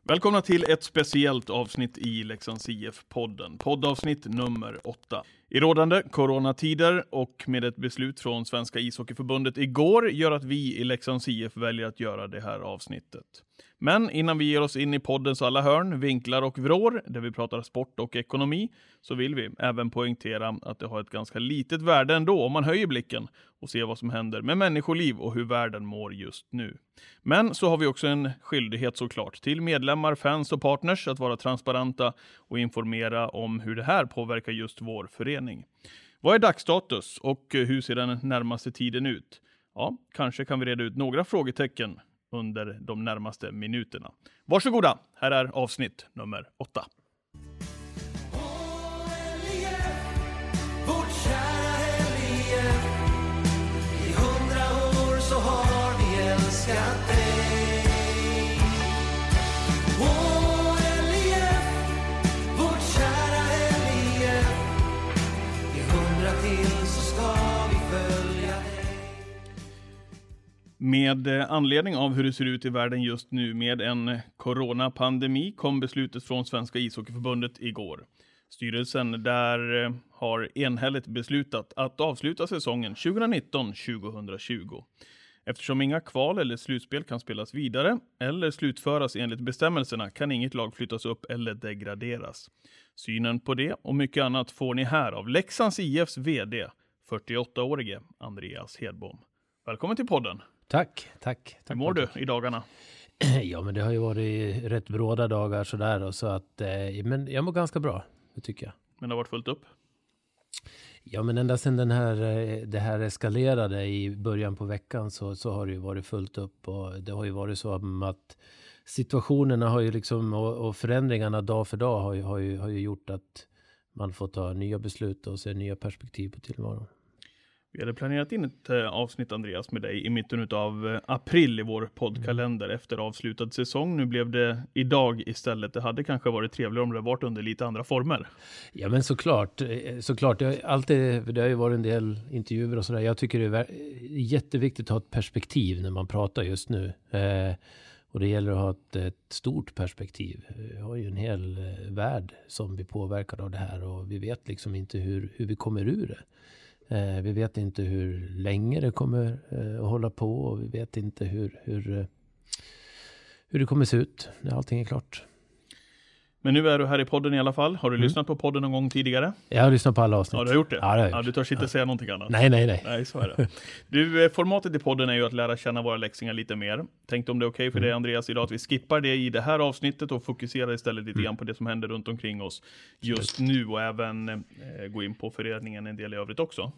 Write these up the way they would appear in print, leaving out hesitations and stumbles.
Välkomna till ett speciellt avsnitt i Leksands IF-podden. Poddavsnitt nummer 8. I rådande coronatider och med ett beslut från Svenska ishockeyförbundet igår gör att vi i Leksands IF väljer att göra det här avsnittet. Men innan vi ger oss in i poddens alla hörn, vinklar och vrår, där vi pratar sport och ekonomi, så vill vi även poängtera att det har ett ganska litet värde ändå om man höjer blicken och ser vad som händer med människoliv och hur världen mår just nu. Men så har vi också en skyldighet såklart till medlemmar, fans och partners att vara transparenta och informera om hur det här påverkar just vår förening. Vad är dagsstatus och hur ser den närmaste tiden ut? Ja, kanske kan vi reda ut några frågetecken under de närmaste minuterna. Varsågoda, här är avsnitt nummer 8. Vårt kära LIF, i 100 år så har vi älskat dig. LIF, vårt kära LIF, i 100 till så ska vi följa dig. Med anledning av hur det ser ut i världen just nu med en coronapandemi kom beslutet från Svenska ishockeyförbundet igår. Styrelsen där har enhälligt beslutat att avsluta säsongen 2019-2020. Eftersom inga kval eller slutspel kan spelas vidare eller slutföras enligt bestämmelserna kan inget lag flyttas upp eller degraderas. Synen på det och mycket annat får ni här av Leksands IFs vd, 48-årige Andreas Hedbom. Välkommen till podden. Tack. Hur mår du i dagarna? Ja, men det har ju varit rätt bråda dagar sådär. Och så att, men jag mår ganska bra, det tycker jag. Men det har varit fullt upp? Ja, men ända sedan det här eskalerade i början på veckan så har det ju varit fullt upp. Och det har ju varit så att situationerna har ju liksom, och förändringarna dag för dag har ju gjort att man får ta nya beslut och se nya perspektiv på tillvaron. Vi hade planerat in ett avsnitt, Andreas, med dig i mitten av april i vår poddkalender efter avslutad säsong. Nu blev det idag istället. Det hade kanske varit trevligare om det varit under lite andra former. Ja, men såklart. Det har ju varit en del intervjuer och sådär. Jag tycker det är jätteviktigt att ha ett perspektiv när man pratar just nu. Och det gäller att ha ett stort perspektiv. Vi har ju en hel värld som blir påverkad av det här och vi vet liksom inte hur vi kommer ur det. Vi vet inte hur länge det kommer att hålla på och vi vet inte hur det kommer se ut när allting är klart. Men nu är du här i podden i alla fall. Har du lyssnat på podden någon gång tidigare? Jag har lyssnat på alla avsnitt. Ja, du har gjort det? Ja, det har jag gjort. Ja, du törs inte säga någonting annat. Nej. Nej, så är det. Du, formatet i podden är ju att lära känna våra leksingar lite mer. Tänkte om det är okej för dig, Andreas, idag att vi skippar det i det här avsnittet och fokuserar istället lite grann på det som händer runt omkring oss just nu och även gå in på föreningen en del i övrigt också.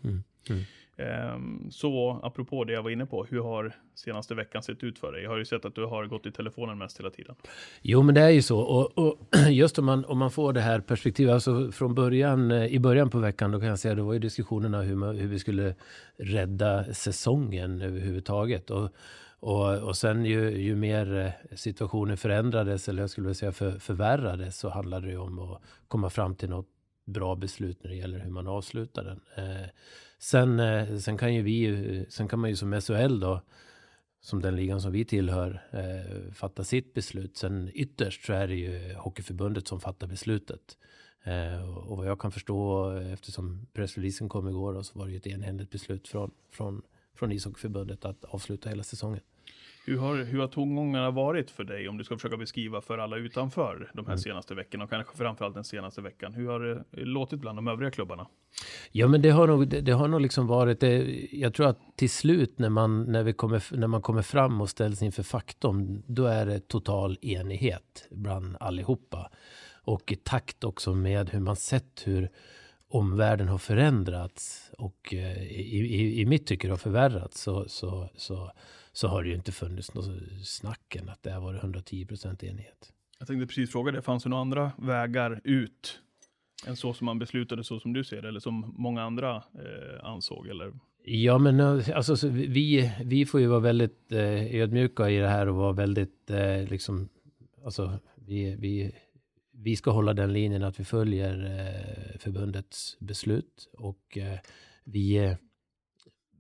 Så apropå det jag var inne på, hur har senaste veckan sett ut för dig? Jag har ju sett att du har gått i telefonen mest hela tiden. Jo, men det är ju så. Och just om man får det här perspektivet, alltså i början på veckan, då kan jag säga, det var ju diskussionerna hur vi skulle rädda säsongen överhuvudtaget. Och sen ju mer situationen förändrades, eller jag skulle vilja säga förvärrades, så handlade det om att komma fram till något bra beslut när det gäller hur man avslutar den. Sen kan man ju som SHL då, som den ligan som vi tillhör, fatta sitt beslut. Sen ytterst så är det ju Hockeyförbundet som fattar beslutet. Och vad jag kan förstå, eftersom pressreleasen kom igår, och så var det ju ett enhälligt beslut från Ishockeyförbundet att avsluta hela säsongen. Hur har tongångarna varit för dig, om du ska försöka beskriva för alla utanför de här senaste veckorna och kanske framförallt den senaste veckan? Hur har det låtit bland de övriga klubbarna? Ja, men det har nog liksom varit, jag tror att till slut när man kommer fram och ställs inför faktum, då är det total enighet bland allihopa. Och i takt också med hur man sett hur omvärlden har förändrats och i mitt tycke har förvärrats, så har det ju inte funnits något snacken att det har varit 110% enighet. Jag tänkte precis fråga det, fanns det några andra vägar ut än så som man beslutade, så som du ser det, eller som många andra ansåg, eller? Ja, men alltså, vi får ju vara väldigt ödmjuka i det här och vara väldigt liksom, alltså vi ska hålla den linjen att vi följer förbundets beslut, och vi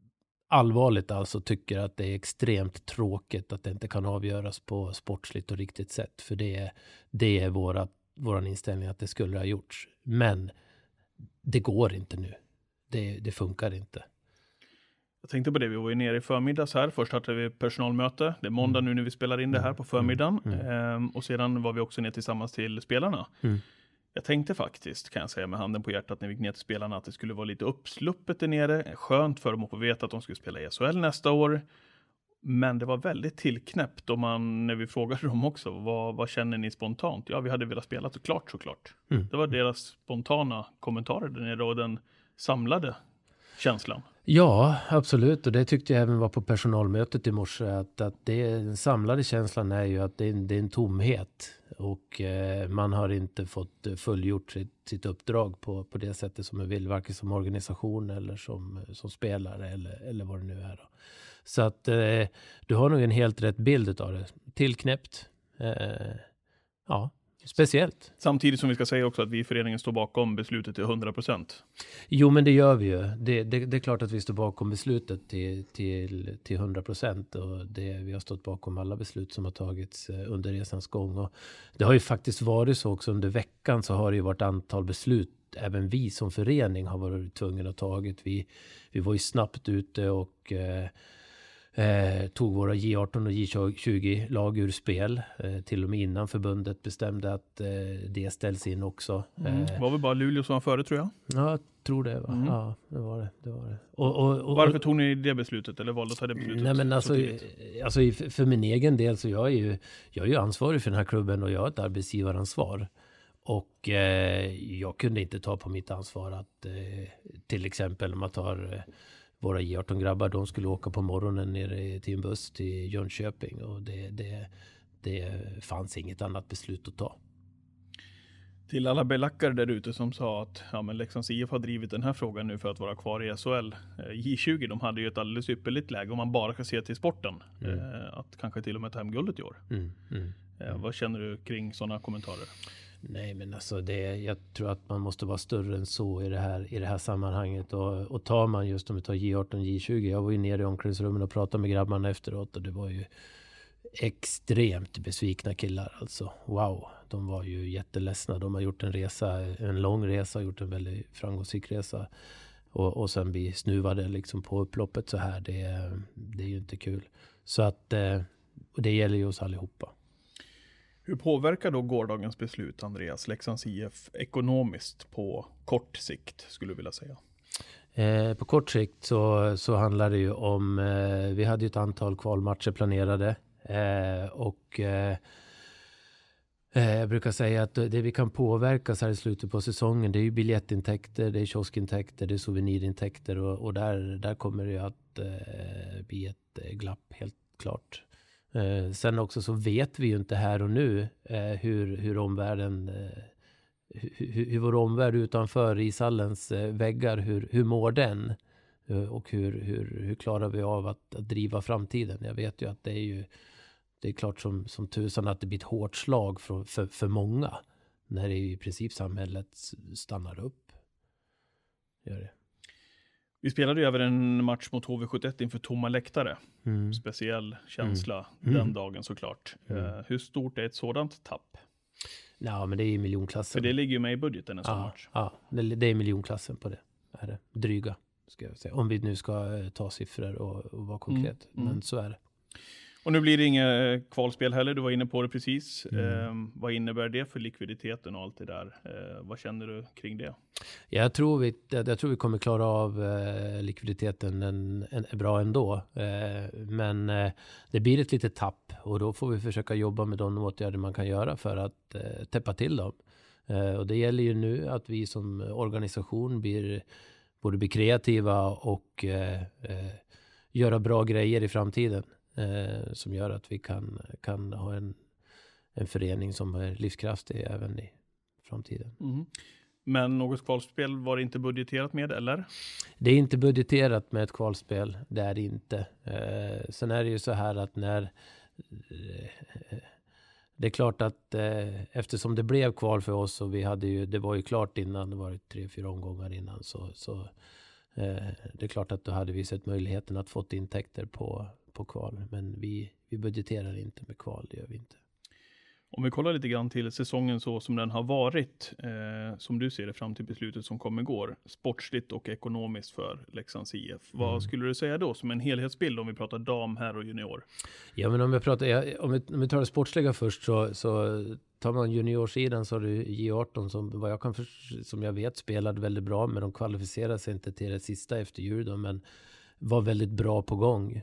allvarligt alltså tycker att det är extremt tråkigt att det inte kan avgöras på sportsligt och riktigt sätt. För det är våran inställning att det skulle ha gjorts. Men det går inte nu. Det funkar inte. Jag tänkte på det, vi var ju nere i förmiddags här. Först hade vi personalmöte. Det är måndag nu när vi spelar in det här på förmiddagen. Och sedan var vi också ner tillsammans till spelarna. Jag tänkte faktiskt, kan jag säga med handen på hjärtat när vi gick ner till spelarna, att det skulle vara lite uppsluppet där nere. Skönt för dem att få veta att de skulle spela i SHL nästa år. Men det var väldigt tillknäppt när vi frågade dem också, vad känner ni spontant? Ja, vi hade velat spela såklart. Det var deras spontana kommentarer där nere och den samlade känslan. Ja, absolut. Och det tyckte jag även var på personalmötet i morse. Att den samlade känslan är ju att det är en tomhet. Och man har inte fått fullgjort sitt uppdrag på det sättet som man vill. Varken som organisation eller som spelare eller vad det nu är. Då. Så att du har nog en helt rätt bild av det. Tillknäppt. Ja. Speciellt. Samtidigt som vi ska säga också att vi i föreningen står bakom beslutet till 100%. Jo, men det gör vi ju. Det är klart att vi står bakom beslutet till 100%. Och vi har stått bakom alla beslut som har tagits under resans gång. Och det har ju faktiskt varit så också under veckan, så har det ju varit antal beslut. Även vi som förening har varit tvungna att tagit. Vi var ju snabbt ute och tog våra J18 och J20-lag ur spel. Till och med innan förbundet bestämde att det ställs in också. Var väl bara Luleå som var före, tror jag? Ja, jag tror det. Va? Ja, det var det. Och varför tog ni det beslutet? Eller valde att ta det beslutet? Nej, men alltså för min egen del så jag är ju ansvarig för den här klubben och jag har ett arbetsgivaransvar. Och jag kunde inte ta på mitt ansvar att till exempel om man tar våra J18-grabbar, de skulle åka på morgonen ner till en buss till Jönköping och det fanns inget annat beslut att ta. Till alla belackare där ute som sa att men Leksands IF har drivit den här frågan nu för att vara kvar i SHL. J20, de hade ju ett alldeles ypperligt läge om man bara kan se till sporten. Att kanske till och med ta hem guldet i år. Vad känner du kring sådana kommentarer? Nej, men alltså jag tror att man måste vara större än så i det här sammanhanget. Och tar man just om vi tar J18 och J20. Jag var ju nere i omklädningsrummet och pratade med grabbarna efteråt. Och det var ju extremt besvikna killar alltså. Wow, de var ju jätteledsna. De har gjort en lång resa, gjort en väldigt framgångsrik resa. Och sen bli snuvade liksom på upploppet så här. Det är ju inte kul. Så att det gäller ju oss allihopa. Hur påverkar då gårdagens beslut, Andreas, Leksands IF ekonomiskt på kort sikt, skulle du vilja säga? På kort sikt så handlar det ju om, vi hade ju ett antal kvalmatcher planerade och jag brukar säga att det vi kan påverka så här i slutet på säsongen, det är ju biljettintäkter, det är kioskintäkter, det är souvenirintäkter och där kommer det ju att bli ett glapp helt klart. Sen också så vet vi ju inte här och nu hur omvärlden, hur vår omvärld utanför ishallens väggar, hur mår den och hur klarar vi av att driva framtiden. Jag vet ju att det är klart som tusan att det blir ett hårt slag för många när det i princip samhället stannar upp. Gör det. Vi spelade ju över en match mot HV71 inför tomma läktare. Speciell känsla den dagen såklart. Hur stort är ett sådant tapp? Ja, men det är i miljonklassen. För det ligger ju med i budgeten en sån match. Ja, det är miljonklassen på det. Är det. Dryga, ska jag säga. Om vi nu ska ta siffror och vara konkret. Men så är det. Och nu blir det inga kvalspel heller, du var inne på det precis. Vad innebär det för likviditeten och allt det där? Vad känner du kring det? Jag tror vi kommer klara av likviditeten en bra ändå. Men det blir ett litet tapp och då får vi försöka jobba med de åtgärder man kan göra för att täppa till dem. Och det gäller ju nu att vi som organisation borde bli kreativa och göra bra grejer i framtiden. Som gör att vi kan ha en förening som är livskraftig även i framtiden. Men något kvalspel var det inte budgeterat med, eller? Det är inte budgeterat med ett kvalspel, det är det inte. Sen är det ju så här att det är klart att eftersom det blev kval för oss och det var ju klart innan, det var 3-4 omgångar innan, så Det är klart att då hade vi sett möjligheten att fått intäkter på kval. Men vi budgeterar inte med kval, det gör vi inte. Om vi kollar lite grann till säsongen så som den har varit, som du ser det fram till beslutet som kom igår, sportsligt och ekonomiskt för Leksands IF. Vad skulle du säga då som en helhetsbild om vi pratar dam, herr och junior? Ja, men om vi tar det sportsliga först så tar man juniorsidan så har du J18 som jag vet spelade väldigt bra, men de kvalificerade sig inte till det sista efter jul då, men var väldigt bra på gång.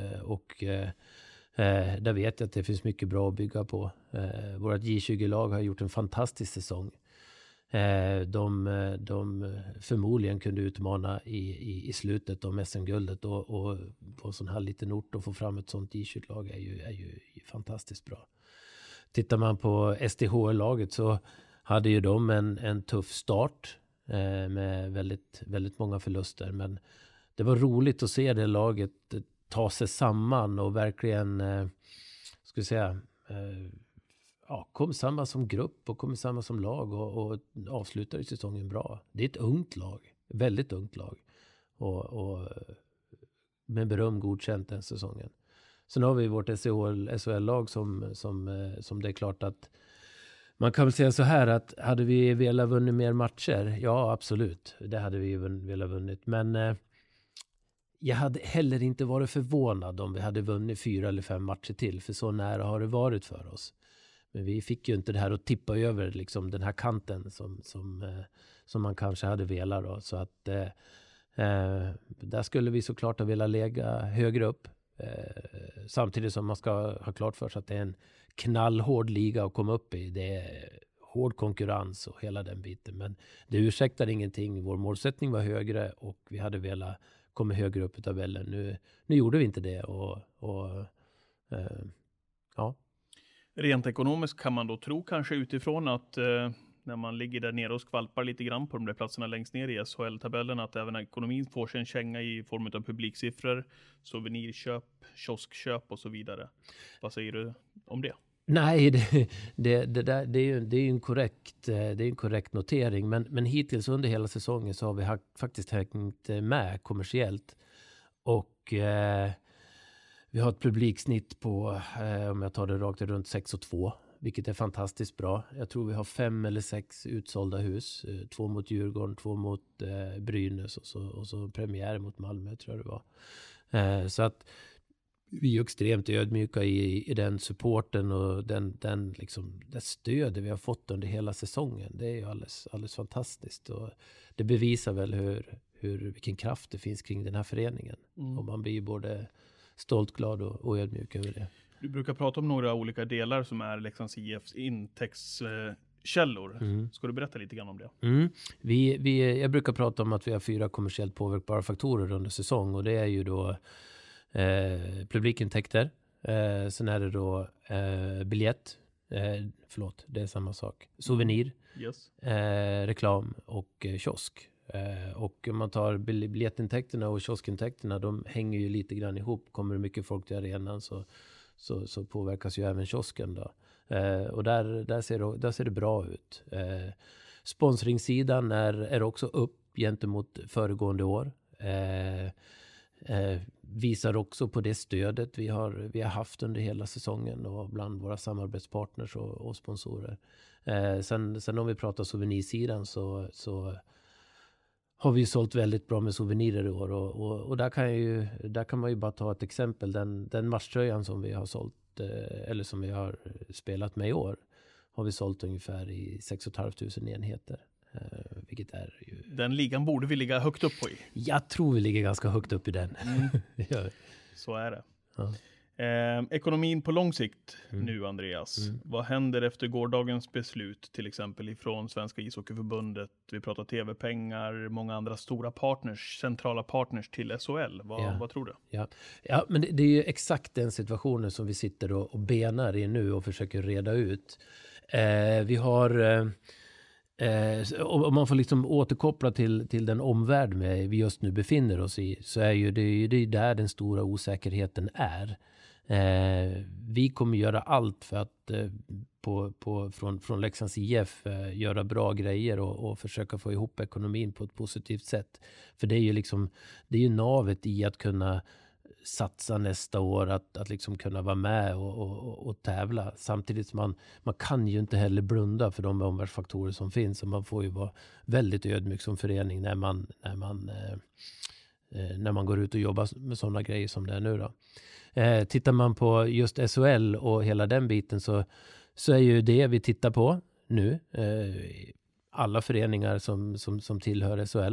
Där vet jag att det finns mycket bra att bygga på. Vårt J20-lag har gjort en fantastisk säsong. De förmodligen kunde utmana i slutet om SM-guldet och på sån här liten ort och få fram ett sånt J20-lag är ju fantastiskt bra. Tittar man på STH-laget så hade ju de en tuff start med väldigt, väldigt många förluster, men det var roligt att se det laget ta sig samman och verkligen kom samman som grupp och kom samman som lag och avslutade säsongen bra. Det är ett ungt lag, väldigt ungt lag och med beröm godkänt den säsongen. Sen har vi vårt SHL-lag som det är klart att man kan väl säga så här att hade vi velat vunnit mer matcher? Ja, absolut. Det hade vi velat vunnit. Men jag hade heller inte varit förvånad om vi hade vunnit 4 eller 5 matcher till. För så nära har det varit för oss. Men vi fick ju inte det här att tippa över liksom den här kanten som man kanske hade velat. Då. Så att där skulle vi såklart ha velat lägga högre upp. Samtidigt som man ska ha klart för sig att det är en knallhård liga att komma upp i. Det är hård konkurrens och hela den biten. Men det ursäktar ingenting. Vår målsättning var högre och vi hade velat komma högre upp i tabellen. Nu gjorde vi inte det. Ja. Rent ekonomiskt kan man då tro kanske utifrån att när man ligger där nere och skvalpar lite grann på de där platserna längst ner i SHL-tabellen, att även ekonomin får sig en känga i form av publiksiffror, souvenirköp, kioskköp och så vidare. Vad säger du om det? Nej, det är ju en korrekt notering, men hittills under hela säsongen så har vi faktiskt hängt med kommersiellt och vi har ett publiksnitt på, om jag tar det rakt, runt 6,2, vilket är fantastiskt bra. Jag tror vi har 5 eller 6 utsålda hus. 2 mot Djurgården, 2 mot Brynäs och så premiär mot Malmö tror jag det var. Så att vi är extremt ödmjuka i den supporten och den liksom, det stödet vi har fått under hela säsongen. Det är ju alldeles fantastiskt. Och det bevisar väl vilken kraft det finns kring den här föreningen. Och man blir både stolt, glad och ödmjuk över det. Du brukar prata om några olika delar som är Leksands IFs intäktskällor. Ska du berätta lite grann om det? Jag brukar prata om att vi har 4 kommersiellt påverkbara faktorer under säsong. Och det är ju då publikintäkter. Sen är det då biljett. Det är samma sak. Souvenir. Yes. Reklam och kiosk. Och om man tar biljettintäkterna och kioskintäkterna, de hänger ju lite grann ihop. Kommer det mycket folk till arenan så påverkas ju även kiosken då. Och där ser det bra ut. Sponsringssidan är också upp gentemot föregående år. Visar också på det stödet vi har haft under hela säsongen och bland våra samarbetspartners och sponsorer. Sen om vi pratar souvenirsidan så har vi sålt väldigt bra med souvenirer i år och där kan man ju bara ta ett exempel. Den matchtröjan som vi har sålt eller som vi har spelat med i år har vi sålt ungefär i 6 500 enheter. Vilket är ju... Den ligan borde vi ligga högt upp på i. Jag tror vi ligger ganska högt upp i den. Ja. Så är det. Ja. Ekonomin på lång sikt nu, Andreas. Vad händer efter gårdagens beslut till exempel ifrån Svenska ishockeyförbundet? Vi pratar tv-pengar, många andra stora partners, centrala partners till SHL. Vad tror du? Ja, men det är ju exakt den situationen som vi sitter och benar i nu och försöker reda ut. Vi har... om man får liksom återkoppla till den omvärld vi just nu befinner oss i, så är ju det där den stora osäkerheten är. Vi kommer göra allt för att från Leksands IF göra bra grejer och försöka få ihop ekonomin på ett positivt sätt. För det är ju liksom, det är ju navet i att kunna satsa nästa år, att liksom kunna vara med och tävla. Samtidigt som man kan ju inte heller blunda för de omvärldsfaktorer som finns, och man får ju vara väldigt ödmjuk som förening när man går ut och jobbar med sådana grejer som det är nu då. Tittar man på just SHL och hela den biten så är ju det vi tittar på nu. Alla föreningar som tillhör SHL.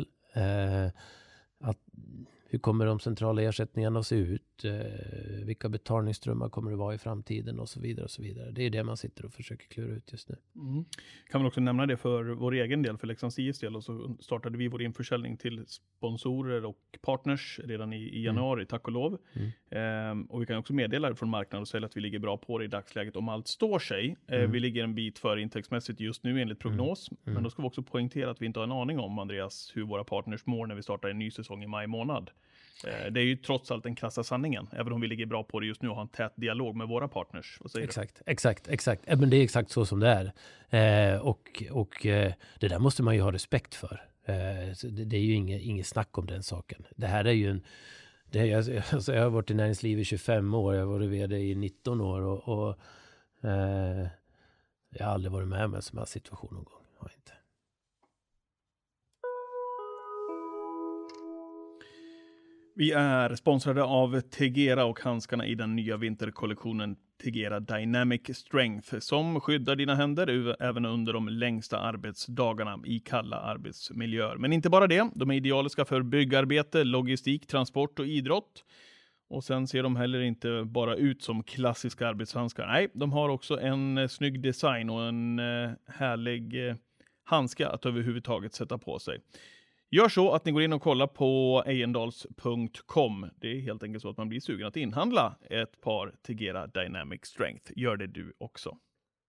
Hur kommer de centrala ersättningarna att se ut? Vilka betalningsströmmar kommer det vara i framtiden och så vidare och så vidare. Det är det man sitter och försöker klura ut just nu. Mm. Kan man också nämna det för vår egen del, för Leksands IFs del, och så startade vi vår införsäljning till sponsorer och partners redan i januari, tack och lov. Och vi kan också meddela det från marknaden och säga att vi ligger bra på det i dagsläget om allt står sig. Vi ligger en bit för intäktsmässigt just nu enligt prognos, men då ska vi också poängtera att vi inte har en aning om, Andreas, hur våra partners mår när vi startar en ny säsong i maj månad. Det är ju trots allt den krassa sanningen, även om vi ligger bra på det just nu och har en tät dialog med våra partners. Vad säger du? Exakt. Men det är exakt så som det är. Och det där måste man ju ha respekt för. Det är ju inget snack om den saken. Det här är ju jag har varit i näringslivet i 25 år, jag har varit vd i 19 år och jag har aldrig varit med om en sån här situation någon gång. Jag har inte. Vi är sponsrade av Tegera och handskarna i den nya vinterkollektionen Tegera Dynamic Strength som skyddar dina händer även under de längsta arbetsdagarna i kalla arbetsmiljöer. Men inte bara det, de är idealiska för byggarbete, logistik, transport och idrott. Och sen ser de heller inte bara ut som klassiska arbetshandskar. Nej, de har också en snygg design och en härlig handska att överhuvudtaget sätta på sig. Gör så att ni går in och kollar på ejendals.com. Det är helt enkelt så att man blir sugen att inhandla ett par Tegera Dynamic Strength. Gör det du också.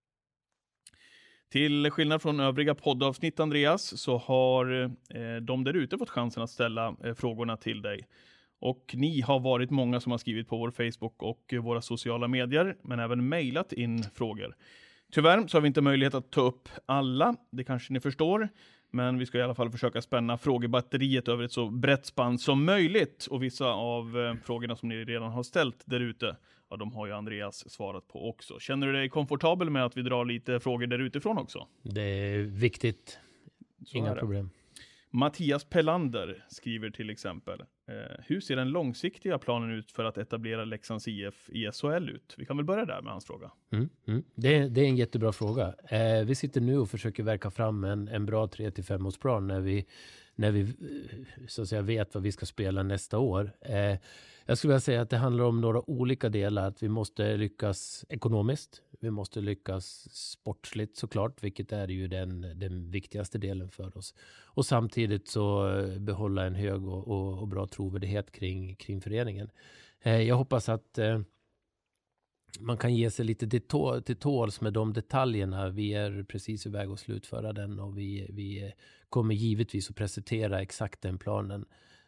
Till skillnad från övriga poddavsnitt, Andreas, så har de där ute fått chansen att ställa frågorna till dig. Och ni har varit många som har skrivit på vår Facebook och våra sociala medier, men även mejlat in frågor. Tyvärr så har vi inte möjlighet att ta upp alla, det kanske ni förstår. Men vi ska i alla fall försöka spänna frågebatteriet över ett så brett spann som möjligt. Och vissa av frågorna som ni redan har ställt där ute, ja, de har ju Andreas svarat på också. Känner du dig komfortabel med att vi drar lite frågor där utifrån också? Det är viktigt. Inga problem. Mattias Pellander skriver till exempel: hur ser den långsiktiga planen ut för att etablera Leksands IF i SHL ut? Vi kan väl börja där med hans fråga. Det är en jättebra fråga. Vi sitter nu och försöker verka fram en bra 3-5 årsplan när vi så att säga vet vad vi ska spela nästa år. Jag skulle vilja säga att det handlar om några olika delar. Att vi måste lyckas ekonomiskt. Vi måste lyckas sportsligt såklart, vilket är ju den viktigaste delen för oss. Och samtidigt så behålla en hög och bra trovärdighet kring föreningen. Jag hoppas att man kan ge sig lite till tåls med de detaljerna. Vi är precis i väg att slutföra den och vi kommer givetvis att presentera exakt den planen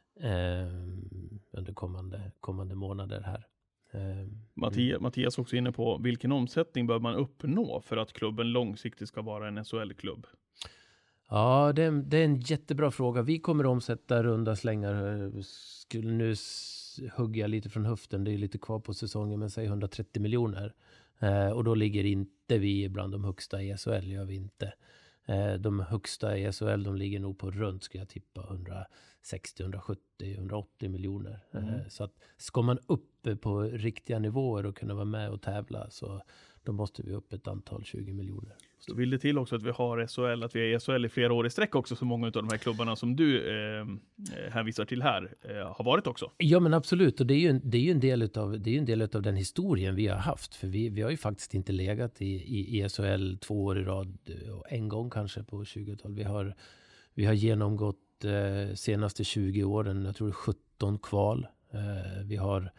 under kommande månader här. Mattias också inne på vilken omsättning bör man uppnå för att klubben långsiktigt ska vara en SHL-klubb? Ja, det är en jättebra fråga. Vi kommer att omsätta runda slängar. Skulle nu hugga lite från höften. Det är lite kvar på säsongen, men säg 130 miljoner. Och då ligger inte vi bland de högsta i SHL, gör vi inte. De högsta i SHL, de ligger nog på runt, ska jag tippa, 160, 170, 180 miljoner. Så att ska man upp på riktiga nivåer och kunna vara med och tävla, så då måste vi upp ett antal 20 miljoner. Så vill det till också att vi har SHL, att vi är SHL i flera år i sträck också, så många av de här klubbarna som du hänvisar till här har varit också. Ja, men absolut, och det är ju en del av den historien vi har haft, för vi har ju faktiskt inte legat i SHL 2 år i rad, en gång kanske på 20-talet. Vi har genomgått senaste 20 åren, jag tror det är 17 kval. Vi har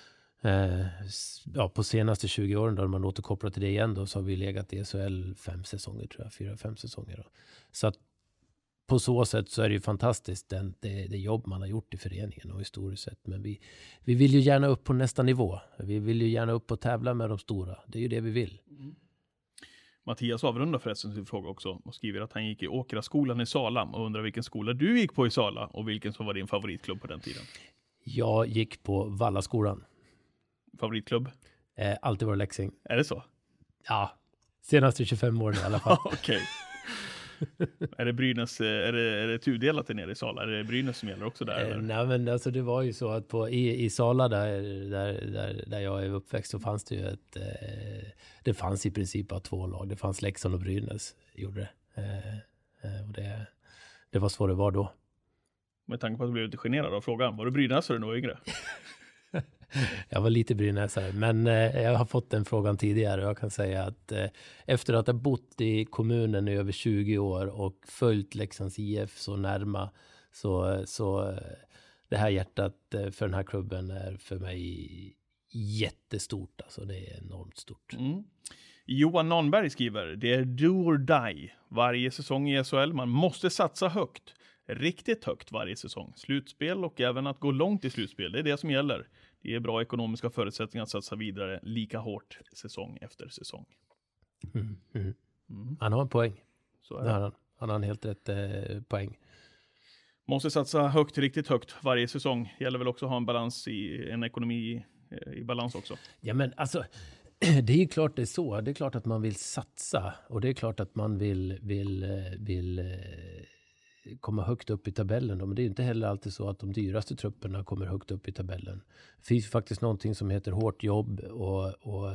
på senaste 20 åren, då man återkopplar till det igen, då, så har vi legat i SHL 5 säsonger, tror jag, 4-5 säsonger. Då. Så att på så sätt så är det ju fantastiskt det jobb man har gjort i föreningen och historiskt sett. Men vi vill ju gärna upp på nästa nivå. Vi vill ju gärna upp och tävla med de stora. Det är ju det vi vill. Mattias avrundar förresten sin fråga också och skriver att han gick i Åkra-skolan i Sala och undrar vilken skola du gick på i Sala och vilken som var din favoritklubb på den tiden. Jag gick på Vallaskolan. Favoritklubb? Alltid var Leksing. Är det så? Ja, senaste 25 åren i alla fall. Okej. Är det Brynäs, är det tudelat nere i Sala? Är det Brynäs som gäller också där? Eller? Nej, men alltså det var ju så att i Sala där jag är uppväxt så fanns det ju det fanns i princip bara 2 lag. Det fanns Leksand och Brynäs, gjorde det. Och det var så det var då. Med tanke på att du blev lite generad av frågan. Var du Brynäs när du var yngre? Jag var lite brynäsare, men jag har fått den frågan tidigare och jag kan säga att efter att ha bott i kommunen i över 20 år och följt Leksands IF så närma så det här hjärtat för den här klubben är för mig jättestort. Alltså det är enormt stort. Mm. Johan Nonberg skriver, det är do or die varje säsong i SHL. Man måste satsa högt. Riktigt högt varje säsong. Slutspel och även att gå långt i slutspel. Det är det som gäller. Det är bra ekonomiska förutsättningar att satsa vidare lika hårt säsong efter säsong. Han har en poäng. Så är det. Han har en helt rätt poäng. Måste satsa högt, riktigt högt varje säsong. Gäller väl också att ha en balans i en ekonomi i balans också. Ja, men alltså det är ju klart det är så. Det är klart att man vill satsa och det är klart att man vill komma högt upp i tabellen. Men det är ju inte heller alltid så att de dyraste trupperna kommer högt upp i tabellen. Det finns faktiskt någonting som heter hårt jobb och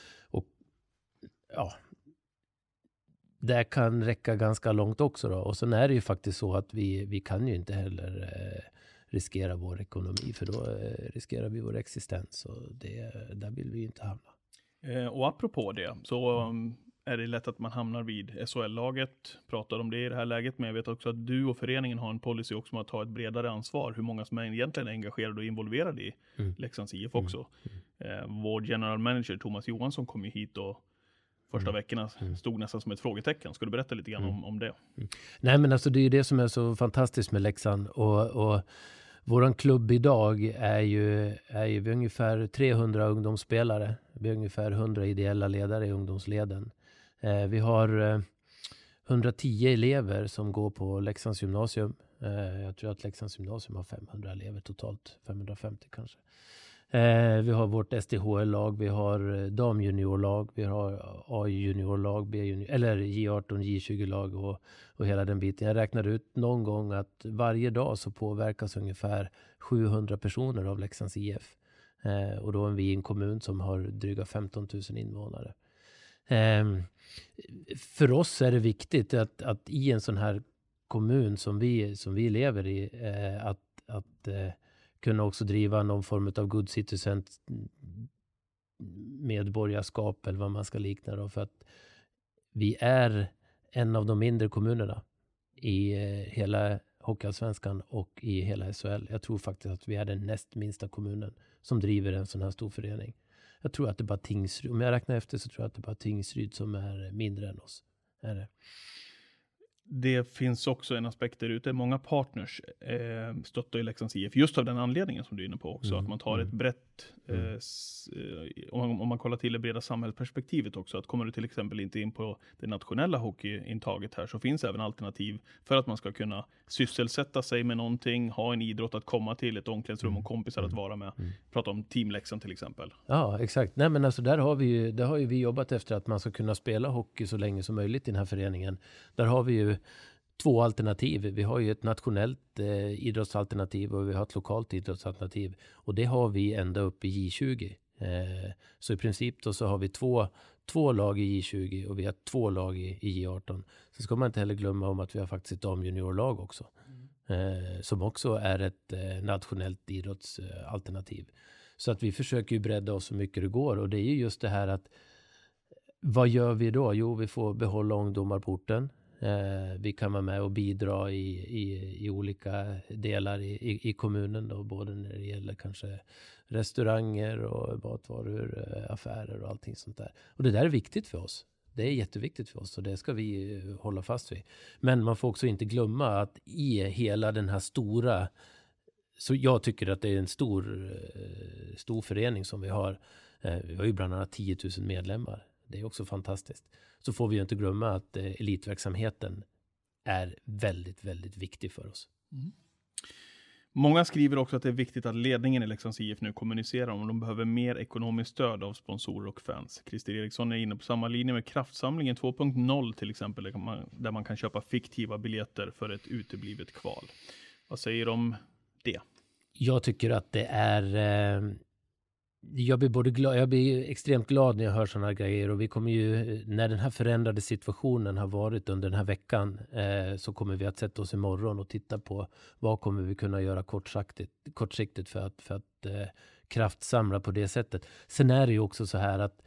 ja, det kan räcka ganska långt också då. Och sen är det ju faktiskt så att vi kan ju inte heller riskera vår ekonomi, för då riskerar vi vår existens och där vill vi ju inte hamna. Och apropå det så är det lätt att man hamnar vid SHL-laget, pratar om det i det här läget, men jag vet också att du och föreningen har en policy också om att ta ett bredare ansvar, hur många som är egentligen engagerade och involverade i Leksands IF också. Vår general manager Thomas Johansson kom ju hit och första veckorna stod nästan som ett frågetecken. Ska du berätta lite grann om det? Nej, men alltså det är ju det som är så fantastiskt med Leksand och våran klubb idag är ju vi ungefär 300 ungdomsspelare. Vi är ungefär 100 ideella ledare i ungdomsleden. Vi har 110 elever som går på Leksands gymnasium. Jag tror att Leksands gymnasium har 500 elever totalt. 550 kanske. Vi har vårt STHL-lag, vi har damjuniorlag, vi har A-juniorlag, B-junior, eller J18, J20-lag och hela den biten. Jag räknar ut någon gång att varje dag så påverkas ungefär 700 personer av Leksands IF. Och då är vi en kommun som har dryga 15 000 invånare. För oss är det viktigt att i en sån här kommun som vi lever i, att kunna också driva någon form av good citizen medborgarskap eller vad man ska likna då, för att vi är en av de mindre kommunerna i hela Hockeyallsvenskan och i hela SHL. Jag tror faktiskt att vi är den näst minsta kommunen som driver en sån här stor förening. Jag tror att det är bara Tingsryd, om jag räknar efter så tror jag att det är bara Tingsryd som är mindre än oss. Är det? Det finns också en aspekt där ute. Många partners stöttar i Leksands IF just av den anledningen som du är inne på också. Att man tar ett brett, om man kollar till det breda samhällsperspektivet också. Att kommer du till exempel inte in på det nationella hockeyintaget här så finns även alternativ för att man ska kunna sysselsätta sig med någonting, ha en idrott att komma till, ett omklädningsrum och kompisar att vara med. Prata om Team Leksand till exempel. Ja, exakt. Nej, men alltså där har ju vi jobbat efter att man ska kunna spela hockey så länge som möjligt i den här föreningen. Där har vi ju 2 alternativ. Vi har ju ett nationellt idrottsalternativ och vi har ett lokalt idrottsalternativ. Och det har vi ända upp i J20. Så i princip då så har vi två lag i J20 och vi har 2 lag i J18. Så ska man inte heller glömma om att vi har faktiskt ett damjuniorlag också. Som också är ett nationellt idrottsalternativ. Så att vi försöker ju bredda oss så mycket det går. Och det är ju just det här att vad gör vi då? Jo, vi får behålla ungdomar på orten. Vi kan vara med och bidra i olika delar i kommunen då, både när det gäller kanske restauranger och matvaror, affärer och allting sånt där. Och det där är viktigt för oss. Det är jätteviktigt för oss och det ska vi hålla fast vid. Men man får också inte glömma att i hela den här stora, så jag tycker att det är en stor förening som vi har. Vi har ju bland annat 10 000 medlemmar. Det är också fantastiskt. Så får vi ju inte glömma att elitverksamheten är väldigt, väldigt viktig för oss. Många skriver också att det är viktigt att ledningen i Leksands IF nu kommunicerar om de behöver mer ekonomiskt stöd av sponsorer och fans. Christer Eriksson är inne på samma linje med kraftsamlingen 2.0 till exempel, där man kan köpa fiktiva biljetter för ett uteblivet kval. Vad säger du om det? Jag tycker att det är... Jag blir extremt glad när jag hör sådana grejer, och vi kommer ju, när den här förändrade situationen har varit under den här veckan, så kommer vi att sätta oss imorgon och titta på vad kommer vi kunna göra kortsiktigt för att kraftsamla på det sättet. Sen är det ju också så här att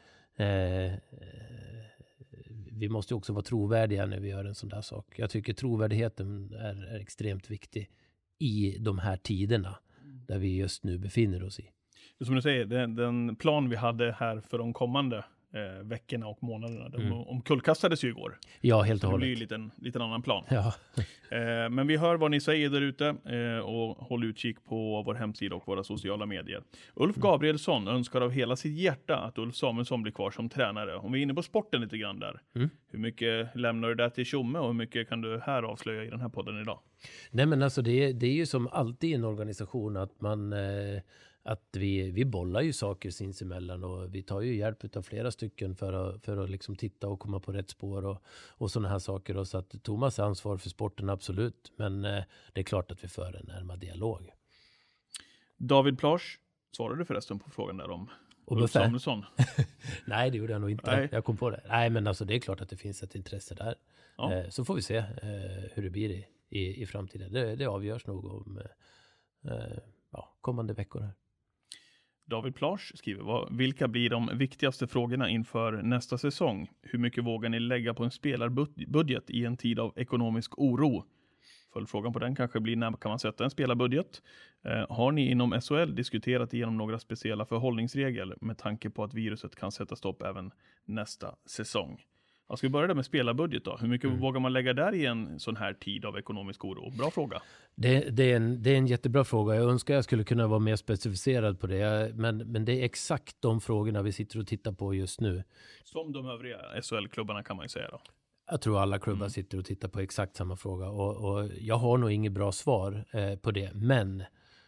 vi måste också vara trovärdiga när vi gör en sån där sak. Jag tycker trovärdigheten är extremt viktig i de här tiderna där vi just nu befinner oss i. Som du säger, den plan vi hade här för de kommande veckorna och månaderna, de omkullkastades ju igår. Ja, helt och hållet. hållet. Det blir ju lite annan plan. Ja. Men vi hör vad ni säger där ute och håll utkik på vår hemsida och våra sociala medier. Ulf Gabrielsson önskar av hela sitt hjärta att Ulf Samuelsson blir kvar som tränare. Om vi är inne på sporten lite grann där. Hur mycket lämnar du där till Tjomme och hur mycket kan du här avslöja i den här podden idag? Nej, men alltså det är ju som alltid i en organisation att man... att vi bollar ju saker sinsemellan, och vi tar ju hjälp av flera stycken för att liksom titta och komma på rätt spår och sådana här saker. Och så att Thomas är ansvar för sporten, absolut. Men det är klart att vi för en närmare dialog. David Plage svarade förresten på frågan där om Ulf Samuelsson. Nej, det gjorde jag nog inte. Nej. Jag kom på det. Nej, men alltså det är klart att det finns ett intresse där. Ja. Så får vi se hur det blir i framtiden. Det avgörs nog om kommande veckor här. David Plage skriver, vilka blir de viktigaste frågorna inför nästa säsong? Hur mycket vågar ni lägga på en spelarbudget i en tid av ekonomisk oro? Följdfrågan på den kanske blir, när kan man sätta en spelarbudget? Har ni inom SHL diskuterat igenom några speciella förhållningsregler med tanke på att viruset kan sätta stopp även nästa säsong? Jag ska börja med spelarbudget då. Hur mycket vågar man lägga där i en sån här tid av ekonomisk oro? Bra fråga. Det är en jättebra fråga. Jag önskar jag skulle kunna vara mer specificerad på det. Men det är exakt de frågorna vi sitter och tittar på just nu. Som de övriga SHL-klubbarna kan man ju säga då. Jag tror alla klubbar sitter och tittar på exakt samma fråga. Och jag har nog inget bra svar på det. Men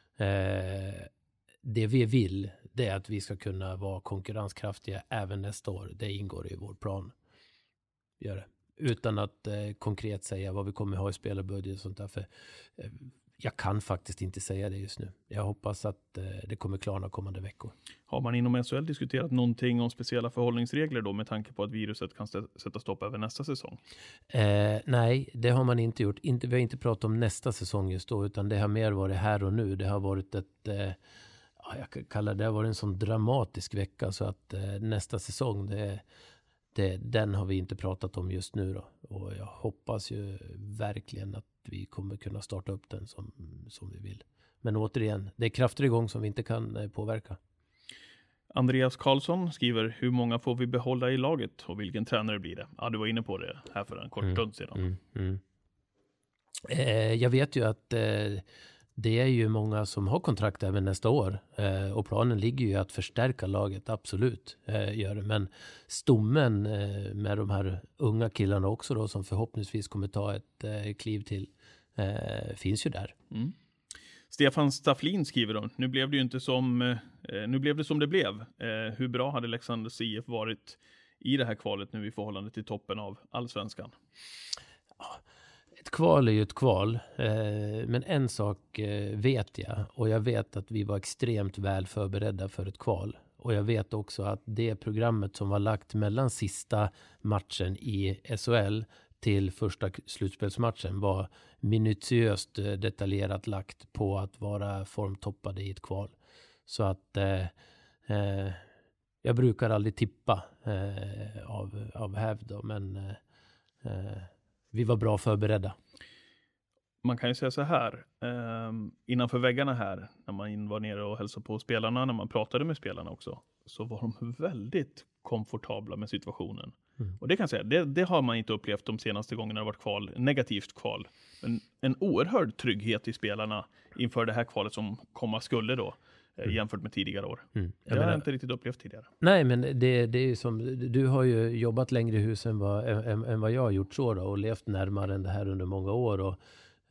det vi vill, det är att vi ska kunna vara konkurrenskraftiga även nästa år. Det ingår i vår plan. Gör det. Utan att konkret säga vad vi kommer ha i spelarbudget och sånt där. För jag kan faktiskt inte säga det just nu. Jag hoppas att det kommer klarna kommande veckor. Har man inom SHL diskuterat någonting om speciella förhållningsregler då med tanke på att viruset kan sätta stopp över nästa säsong? Nej, det har man inte gjort. Vi har inte pratat om nästa säsong just då, utan det har mer varit här och nu. Det har varit jag kallar det har varit en sån dramatisk vecka så att nästa säsong den har vi inte pratat om just nu då. Och jag hoppas ju verkligen att vi kommer kunna starta upp den som vi vill. Men återigen, det är krafter igång som vi inte kan påverka. Andreas Karlsson skriver, hur många får vi behålla i laget och vilken tränare blir det? Ja, du var inne på det här för en kort stund sedan. Jag vet ju att det är ju många som har kontrakt även nästa år. Och planen ligger ju att förstärka laget, absolut. Men stommen med de här unga killarna också då, som förhoppningsvis kommer ta ett kliv till, finns ju där. Stefan Stafflin skriver då, nu blev det som det blev. Hur bra hade Leksands IF varit i det här kvalet nu i förhållande till toppen av allsvenskan? Ett kval är ju ett kval, men en sak vet jag, och jag vet att vi var extremt väl förberedda för ett kval. Och jag vet också att det programmet som var lagt mellan sista matchen i SHL till första slutspelsmatchen var minutiöst detaljerat lagt på att vara formtoppade i ett kval. Så att jag brukar aldrig tippa av hävd, men vi var bra förberedda. Man kan ju säga så här, innanför väggarna här, när man var nere och hälsade på spelarna, när man pratade med spelarna också, så var de väldigt komfortabla med situationen. Och det kan jag säga, det har man inte upplevt de senaste gångerna det har varit negativt kval. Men en oerhörd trygghet i spelarna inför det här kvalet som komma skulle då. jämfört med tidigare år. Jag Det har jag inte riktigt upplevt tidigare. Nej, men det är ju som, du har ju jobbat längre i hus än vad jag har gjort så då, och levt närmare än det här under många år. Och,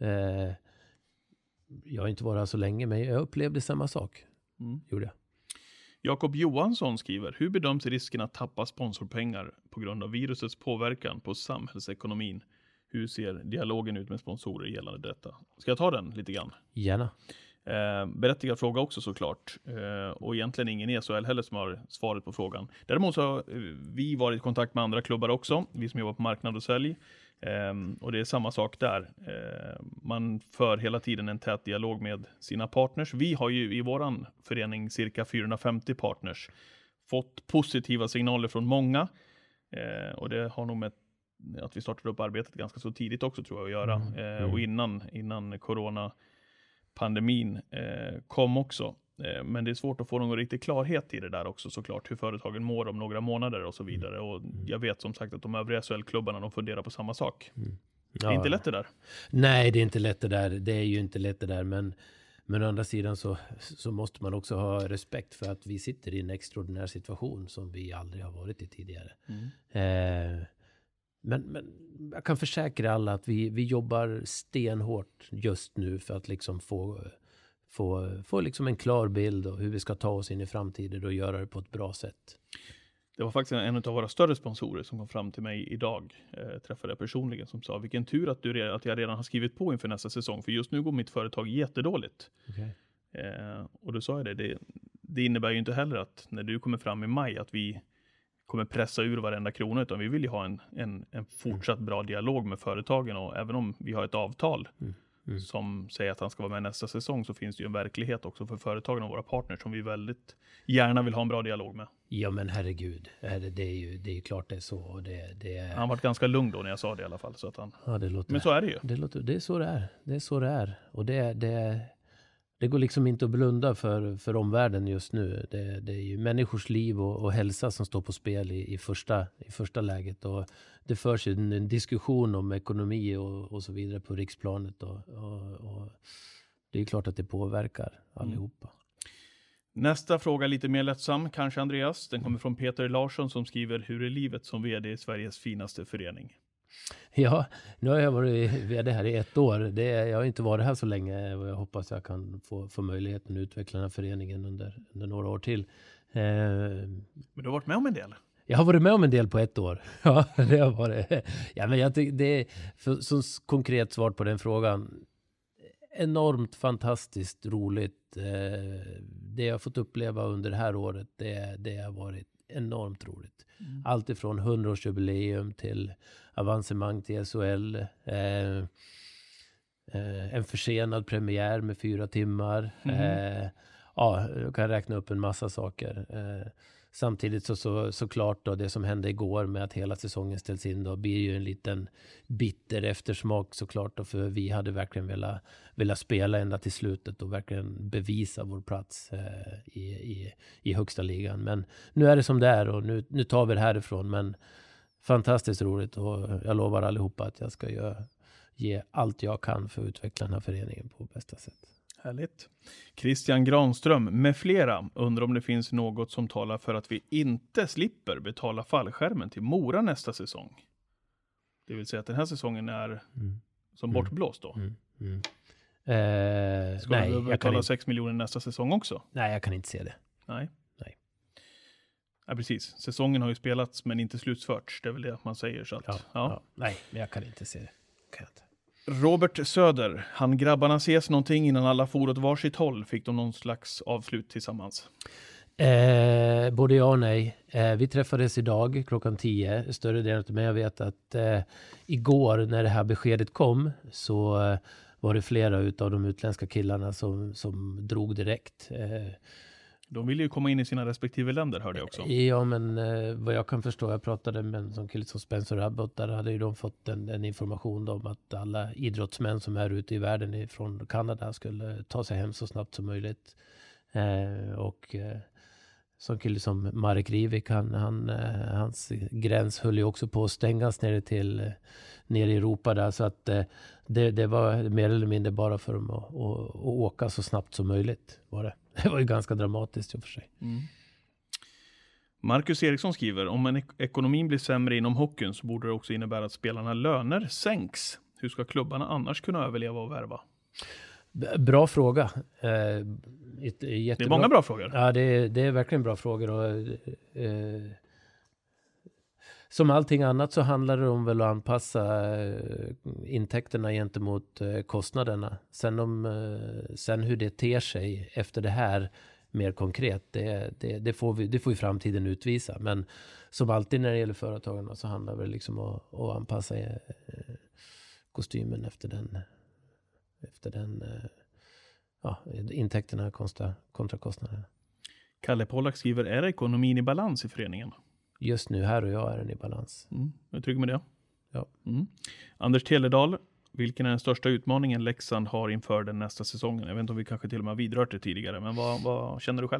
jag har inte varit här så länge, men jag upplevde samma sak. Gjorde jag. Jakob Johansson skriver, hur bedöms risken att tappa sponsorpengar på grund av virusets påverkan på samhällsekonomin? Hur ser dialogen ut med sponsorer gällande detta? Ska jag ta den lite grann? Gärna. Berättigad fråga också såklart. Och egentligen ingen i SHL heller som har svaret på frågan. Däremot så har vi varit i kontakt med andra klubbar också. Vi som jobbar på marknad och sälj. Och det är samma sak där. Man för hela tiden en tät dialog med sina partners. Vi har ju i våran förening cirka 450 partners. Fått positiva signaler från många. Och det har nog med att vi startade upp arbetet ganska så tidigt också tror jag att göra. Och innan coronapandemin kom också. Men det är svårt att få någon riktig klarhet i det där också såklart. Hur företagen mår om några månader och så vidare. Och jag vet som sagt att de övriga SHL-klubbarna de funderar på samma sak. Det är inte lätt det där. Nej, det är inte lätt det där. Det är ju inte lätt det där. Men å andra sidan så måste man också ha respekt för att vi sitter i en extraordinär situation som vi aldrig har varit i tidigare. Men jag kan försäkra alla att vi jobbar stenhårt just nu för att liksom få liksom en klar bild av hur vi ska ta oss in i framtiden och göra det på ett bra sätt. Det var faktiskt en av våra större sponsorer som kom fram till mig idag. Träffade jag personligen som sa, vilken tur att jag redan har skrivit på inför nästa säsong. För just nu går mitt företag jättedåligt. Okay. Och då sa jag det innebär ju inte heller att när du kommer fram i maj att vi kommer pressa ur varenda krona, utan vi vill ju ha en fortsatt bra dialog med företagen. Och även om vi har ett avtal som säger att han ska vara med nästa säsong, så finns det ju en verklighet också för företagen och våra partners som vi väldigt gärna vill ha en bra dialog med. Ja men herregud, det är ju klart det är så. Och han var ganska lugn då när jag sa det i alla fall. Så att han... Ja, men så är det ju. Det är så det är. Det är så det är. Och det går liksom inte att blunda för omvärlden just nu. Det är ju människors liv och hälsa som står på spel i första läget. Och det förs en diskussion om ekonomi och så vidare på riksplanet. Och det är klart att det påverkar allihopa. Nästa fråga lite mer lättsam kanske Andreas. Den kommer från Peter Larsson som skriver, hur är livet som vd i Sveriges finaste förening? Ja, nu har jag varit vd här i 1 år. Jag har inte varit här så länge och jag hoppas jag kan få möjligheten att utveckla den här föreningen under några år till. Men du har varit med om en del? Jag har varit med om en del på 1 år. Ja, det har varit. Ja, men jag tycker det är som konkret svar på den frågan. Enormt fantastiskt roligt. Det jag har fått uppleva under det här året, det har varit enormt roligt. Allt ifrån 100-årsjubileum till avancemang till SHL. En försenad premiär med 4 timmar. Ja, jag kan räkna upp en massa saker. Samtidigt såklart då, det som hände igår med att hela säsongen ställs in då blir ju en liten bitter eftersmak såklart då, för vi hade verkligen velat spela ända till slutet och verkligen bevisa vår plats i högsta ligan. Men nu är det som det är och nu tar vi det härifrån, men fantastiskt roligt och jag lovar allihopa att jag ska ge allt jag kan för att utveckla den här föreningen på bästa sätt. Härligt. Christian Granström med flera undrar om det finns något som talar för att vi inte slipper betala fallskärmen till Mora nästa säsong. Det vill säga att den här säsongen är som bortblåst då. Ska vi betala 6 miljoner nästa säsong också? Nej, jag kan inte se det. Nej. Ja, precis. Säsongen har ju spelats men inte slutförts. Det är väl det man säger. Så att, ja. Nej, men jag kan inte se det. Kan jag inte. Robert Söder, han grabbarna ses någonting innan alla for åt varsitt håll. Fick de någon slags avslut tillsammans? Både ja och nej. Vi träffades idag klockan 10. Större delen av mig. Jag vet att igår när det här beskedet kom så var det flera utav de utländska killarna som drog direkt. De vill ju komma in i sina respektive länder, hörde jag också. Ja, men vad jag kan förstå, jag pratade med en sån kille som Spencer Abbott, där hade ju de fått en information om att alla idrottsmän som är ute i världen från Kanada skulle ta sig hem så snabbt som möjligt. Och sån kille som Marek Rivik, hans gräns höll ju också på att stängas nere i Europa där, så att det var mer eller mindre bara för dem att åka så snabbt som möjligt var det. Det var ju ganska dramatiskt i och för sig. Marcus Eriksson skriver, om ekonomin blir sämre inom hockeyn så borde det också innebära att spelarna löner sänks. Hur ska klubbarna annars kunna överleva och värva? Bra fråga. Det är många bra frågor. Ja, det är verkligen bra frågor. Och, som allting annat så handlar det om väl att anpassa intäkterna gentemot kostnaderna. Sen hur det ter sig efter det här mer konkret, det får ju framtiden utvisa. Men som alltid när det gäller företagen så handlar det liksom att anpassa kostymen efter den intäkterna kontra kostnaderna. Kalle Pollack skriver, är ekonomin i balans i föreningen? Just nu, här och jag, är den i balans. Jag är trygg med det. Ja. Anders Teledal, vilken är den största utmaningen Leksand har inför den nästa säsongen? Jag vet inte om vi kanske till och med har vidrört det tidigare, men vad känner du själv?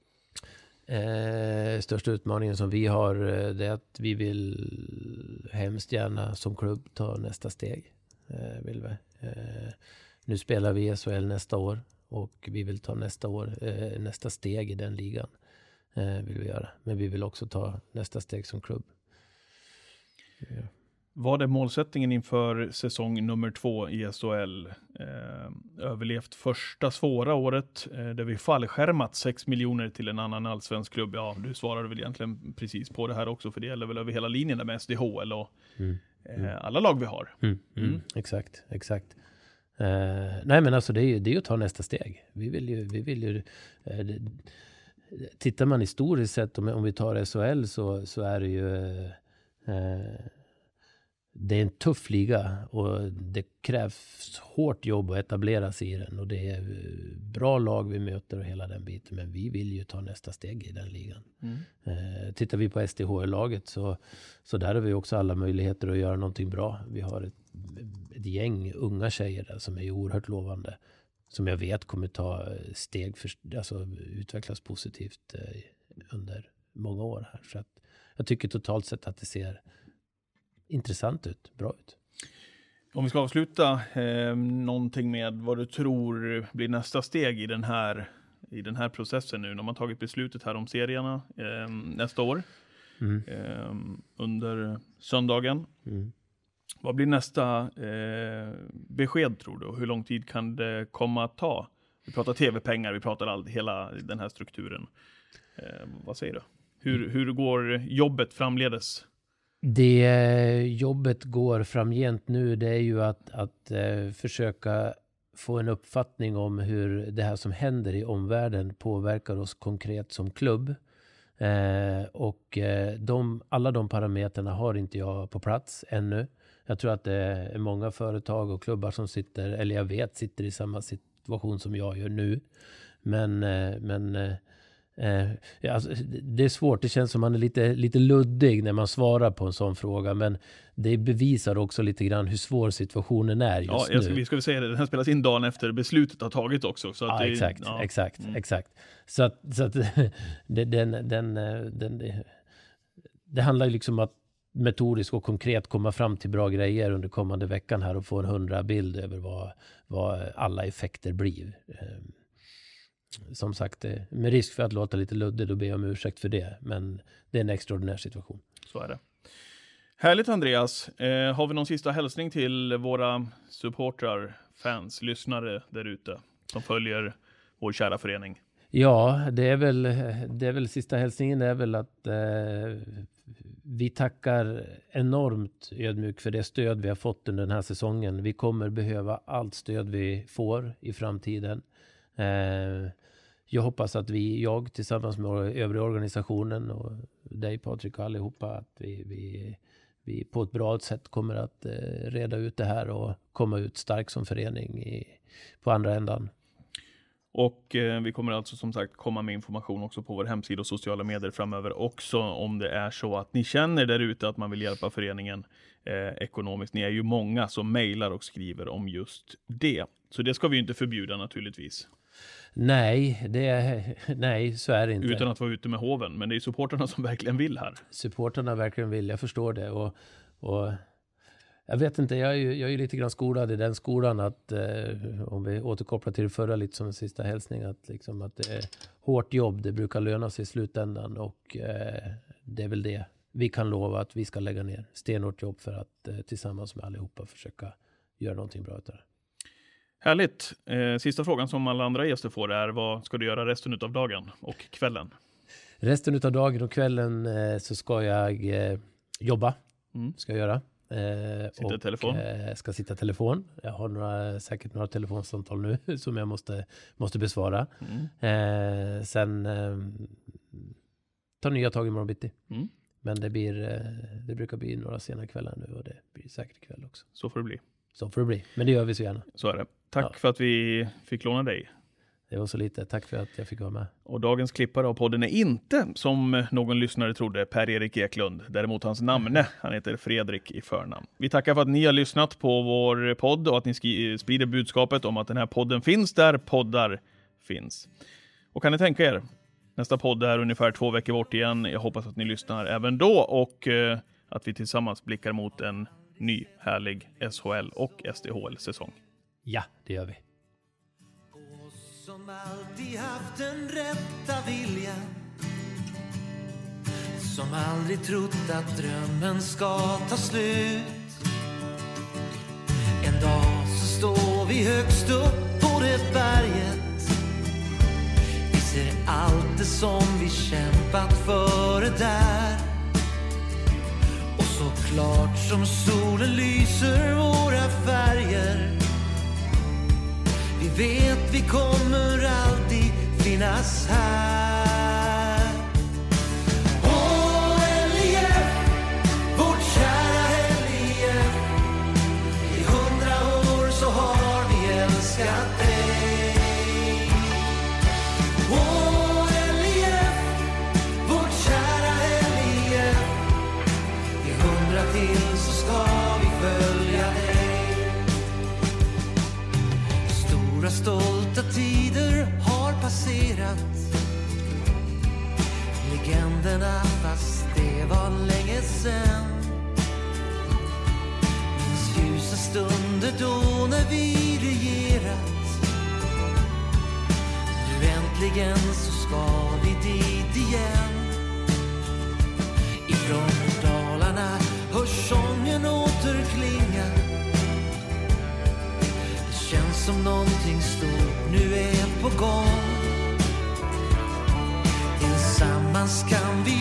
Största utmaningen som vi har, det är att vi vill hemskt gärna som klubb ta nästa steg. Vill vi. Nu spelar vi SHL nästa år och vi vill ta nästa steg i den ligan. Vill vi göra. Men vi vill också ta nästa steg som klubb. Ja. Vad är målsättningen inför säsong nummer 2 i SHL? Överlevt första svåra året där vi fallskärmat 6 miljoner till en annan allsvensk klubb. Ja, du svarade väl egentligen precis på det här också, för det gäller väl över hela linjen där med SDHL och alla lag vi har. Exakt. Nej, men alltså det är ju att ta nästa steg. Vi vill ju tittar man historiskt sett, om vi tar SHL så är det ju det är en tuff liga och det krävs hårt jobb att etablera sig i den, och det är bra lag vi möter och hela den biten, men vi vill ju ta nästa steg i den ligan. Tittar vi på SDHL-laget så där har vi också alla möjligheter att göra någonting bra. Vi har ett gäng unga tjejer där som är oerhört lovande, som jag vet kommer ta steg alltså utvecklas positivt under många år här. Så att jag tycker totalt sett att det ser intressant ut, bra ut. Om vi ska avsluta någonting med vad du tror blir nästa steg i den här processen nu, när man tagit beslutet här om serierna nästa år under söndagen. Vad blir nästa besked, tror du? Hur lång tid kan det komma att ta? Vi pratar tv-pengar, vi pratar hela den här strukturen. Vad säger du? Hur går jobbet framledes? Det jobbet går framgent nu, det är ju att försöka få en uppfattning om hur det här som händer i omvärlden påverkar oss konkret som klubb. Och alla de parametrarna har inte jag på plats ännu. Jag tror att det är många företag och klubbar som sitter i samma situation som jag gör nu. Men alltså, det är svårt, det känns som man är lite luddig när man svarar på en sån fråga, men det bevisar också lite grann hur svår situationen är just nu. Vi ska väl säga det, den här spelas in dagen efter beslutet har tagit också. Så att exakt. Så att det handlar ju liksom om att metodiskt och konkret komma fram till bra grejer under kommande veckan här och få en 100-bild över vad alla effekter blir. Som sagt, med risk för att låta lite luddig, då ber jag om ursäkt för det. Men det är en extraordinär situation. Så är det. Härligt, Andreas. Har vi någon sista hälsning till våra supportrar, fans, lyssnare där ute som följer vår kära förening? Ja, det är väl sista hälsningen är väl att vi tackar enormt ödmjukt för det stöd vi har fått under den här säsongen. Vi kommer behöva allt stöd vi får i framtiden. Jag hoppas att jag tillsammans med övriga organisationen och dig, Patrik, och allihopa, att vi på ett bra sätt kommer att reda ut det här och komma ut stark som förening på andra ändan. Och vi kommer alltså som sagt komma med information också på vår hemsida och sociala medier framöver också, om det är så att ni känner där ute att man vill hjälpa föreningen ekonomiskt. Ni är ju många som mejlar och skriver om just det. Så det ska vi ju inte förbjuda naturligtvis. Nej, så är det inte. Utan att vara ute med hoven. Men det är supporterna som verkligen vill här. Supporterna verkligen vill, jag förstår det. Och Jag vet inte, jag är ju lite grann skolad i den skolan att om vi återkopplar till det förra lite som en sista hälsning att, liksom, att det är hårt jobb, det brukar löna sig i slutändan och det är väl det vi kan lova att vi ska lägga ner stenhårt jobb för att tillsammans med allihopa försöka göra någonting bra utav det. Härligt. Sista frågan som alla andra gäster får är vad ska du göra resten av dagen och kvällen? Resten av dagen och kvällen så ska jag jobba. Ska jag göra. Sitta i telefon? Ska sitta i telefon. Jag har säkert några telefonsamtal nu som jag måste besvara. Sen ta nya tag i morgon bitti. Men det brukar bli några sena kvällar nu och det blir säkert ikväll också. Så får det bli. Så får det bli. Men det gör vi så gärna. Så är det. Tack för att vi fick låna dig. Det var så lite. Tack för att jag fick vara med. Och dagens klippare av podden är inte, som någon lyssnare trodde, Per-Erik Eklund. Däremot hans namn, han heter Fredrik i förnamn. Vi tackar för att ni har lyssnat på vår podd och att ni sprider budskapet om att den här podden finns där poddar finns. Och kan ni tänka er, nästa podd är ungefär 2 veckor bort igen. Jag hoppas att ni lyssnar även då och att vi tillsammans blickar mot en ny härlig SHL och SDHL-säsong. Ja, det gör vi. Som alltid haft den rätta viljan, som aldrig trott att drömmen ska ta slut. En dag så står vi högst upp på det berget. Vi ser allt det som vi kämpat för det där. Och så klart som solen lyser våra färger. Vi vet vi kommer alltid finnas här. Åh, LIF, vårt kära LIF. I 100 år så har vi älskat dig. Åh, LIF, vårt kära LIF. I 100 till så ska vi följa dig. Stora stolta tider har passerat. Legenderna fast det var länge sen. Minns ljusa stunder då när vi regerat. Nu äntligen så ska vi dit igen. Ifrån Dalarna hörs sången återklinga. Känns som någonting stort nu är på gång. Tillsammans kan vi